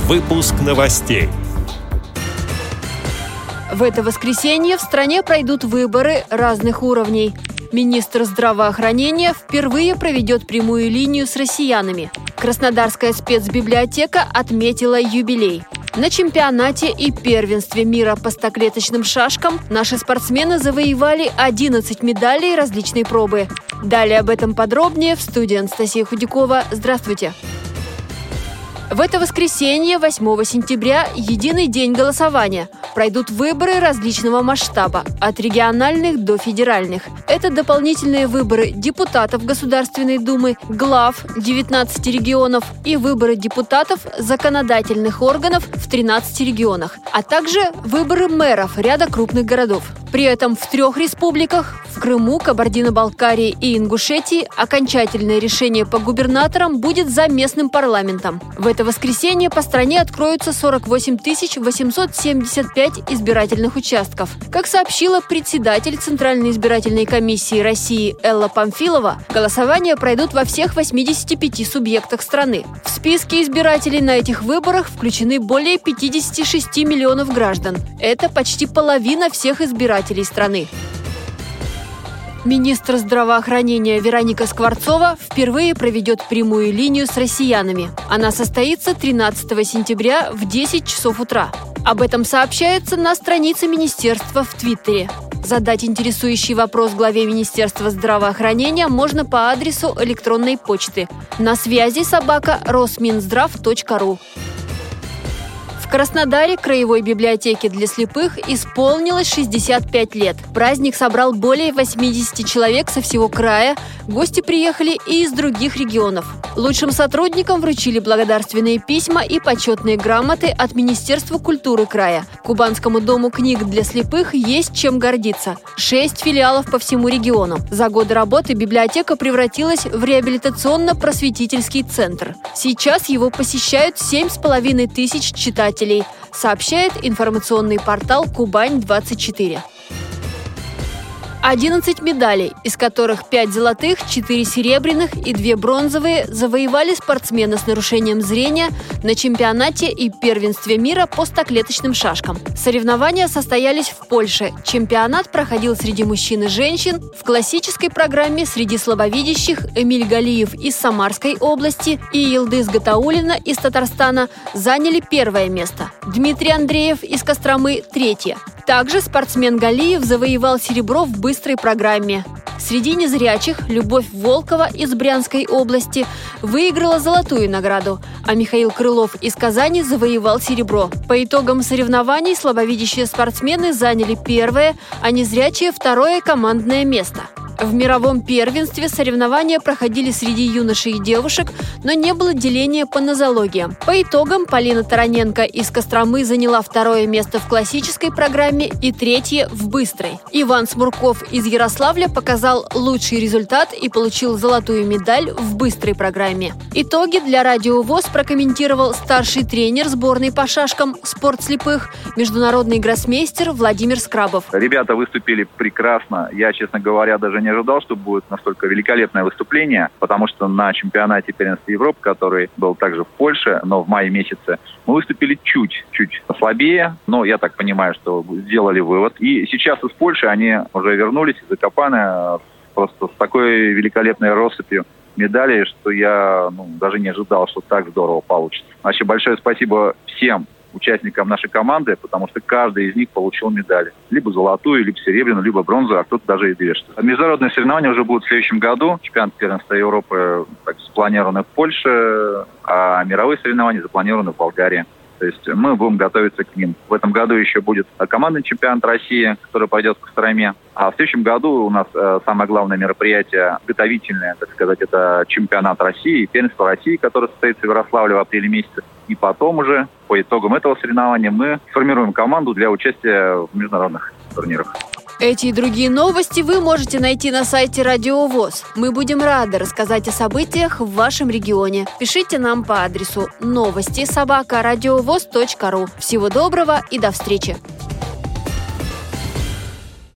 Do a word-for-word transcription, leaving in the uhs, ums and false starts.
Выпуск новостей. В это воскресенье в стране пройдут выборы разных уровней. Министр здравоохранения впервые проведет прямую линию с россиянами. Краснодарская спецбиблиотека отметила юбилей. На чемпионате и первенстве мира по стоклеточным шашкам наши спортсмены завоевали одиннадцать медалей различной пробы. Далее об этом подробнее в студии Анастасия Худякова. Здравствуйте! В это воскресенье, восьмого сентября, единый день голосования. Пройдут выборы различного масштаба, от региональных до федеральных. Это дополнительные выборы депутатов Государственной Думы, глав девятнадцати регионов и выборы депутатов законодательных органов в тринадцати регионах, а также выборы мэров ряда крупных городов. При этом в трех республиках – в Крыму, Кабардино-Балкарии и Ингушетии – окончательное решение по губернаторам будет за местным парламентом. В это воскресенье по стране откроются сорок восемь тысяч восемьсот семьдесят пять избирательных участков. Как сообщила председатель Центральной избирательной комиссии России Элла Памфилова, голосования пройдут во всех восьмидесяти пяти субъектах страны. В списке избирателей на этих выборах включены более пятидесяти шести миллионов граждан. Это почти половина всех избирателей страны. Министр здравоохранения Вероника Скворцова впервые проведет прямую линию с россиянами. Она состоится тринадцатого сентября в десять часов утра. Об этом сообщается на странице министерства в Твиттере. Задать интересующий вопрос главе Министерства здравоохранения можно по адресу электронной почты на связи собака росминздрав точка ру. В Краснодаре Краевой библиотеке для слепых исполнилось шестьдесят пять лет. Праздник собрал более восьмидесяти человек со всего края. Гости приехали и из других регионов. Лучшим сотрудникам вручили благодарственные письма и почетные грамоты от Министерства культуры края. Кубанскому дому книг для слепых есть чем гордиться. Шесть филиалов по всему региону. За годы работы библиотека превратилась в реабилитационно-просветительский центр. Сейчас его посещают семь с половиной тысяч читателей, сообщает информационный портал Кубань двадцать четыре. одиннадцать медалей, из которых пять золотых, четыре серебряных и две бронзовые, завоевали спортсмены с нарушением зрения на чемпионате и первенстве мира по стоклеточным шашкам. Соревнования состоялись в Польше. Чемпионат проходил среди мужчин и женщин. В классической программе среди слабовидящих Эмиль Галиев из Самарской области и Йылдыз Гатауллина из Татарстана заняли первое место. Дмитрий Андреев из Костромы – третье. Также спортсмен Галиев завоевал серебро в быстрой программе. Среди незрячих Любовь Волкова из Брянской области выиграла золотую награду, а Михаил Крылов из Казани завоевал серебро. По итогам соревнований слабовидящие спортсмены заняли первое, а незрячие – второе командное место. В мировом первенстве соревнования проходили среди юношей и девушек, но не было деления по нозологиям. По итогам Полина Тараненко из Костромы заняла второе место в классической программе и третье в быстрой. Иван Смурков из Ярославля показал лучший результат и получил золотую медаль в быстрой программе. Итоги для Радио ВОС прокомментировал старший тренер сборной по шашкам «Спорт слепых», международный гроссмейстер Владимир Скрабов. Ребята выступили прекрасно. Я, честно говоря, даже не ожидал, что будет настолько великолепное выступление, потому что на чемпионате первенства Европы, который был также в Польше, но в мае месяце, мы выступили чуть-чуть слабее, но я так понимаю, что сделали вывод. И сейчас из Польши они уже вернулись из Закопаны просто с такой великолепной россыпью медалей, что я ну, даже не ожидал, что так здорово получится. Вообще большое спасибо всем участникам нашей команды, потому что каждый из них получил медаль. Либо золотую, либо серебряную, либо бронзовую, а кто-то даже и две. Международные соревнования уже будут в следующем году. Чемпионат первенства Европы так, запланированы в Польше, а мировые соревнования запланированы в Болгарии. То есть мы будем готовиться к ним. В этом году еще будет командный чемпионат России, который пойдет в Костроме. А в следующем году у нас э, самое главное мероприятие, подготовительное, так сказать, это чемпионат России, первенство России, которое состоится в Ярославле в апреле месяце. И потом уже, по итогам этого соревнования, мы формируем команду для участия в международных турнирах. Эти и другие новости вы можете найти на сайте Радио ВОС. Мы будем рады рассказать о событиях в вашем регионе. Пишите нам по адресу новости собака радиовос точка ру. Всего доброго и до встречи!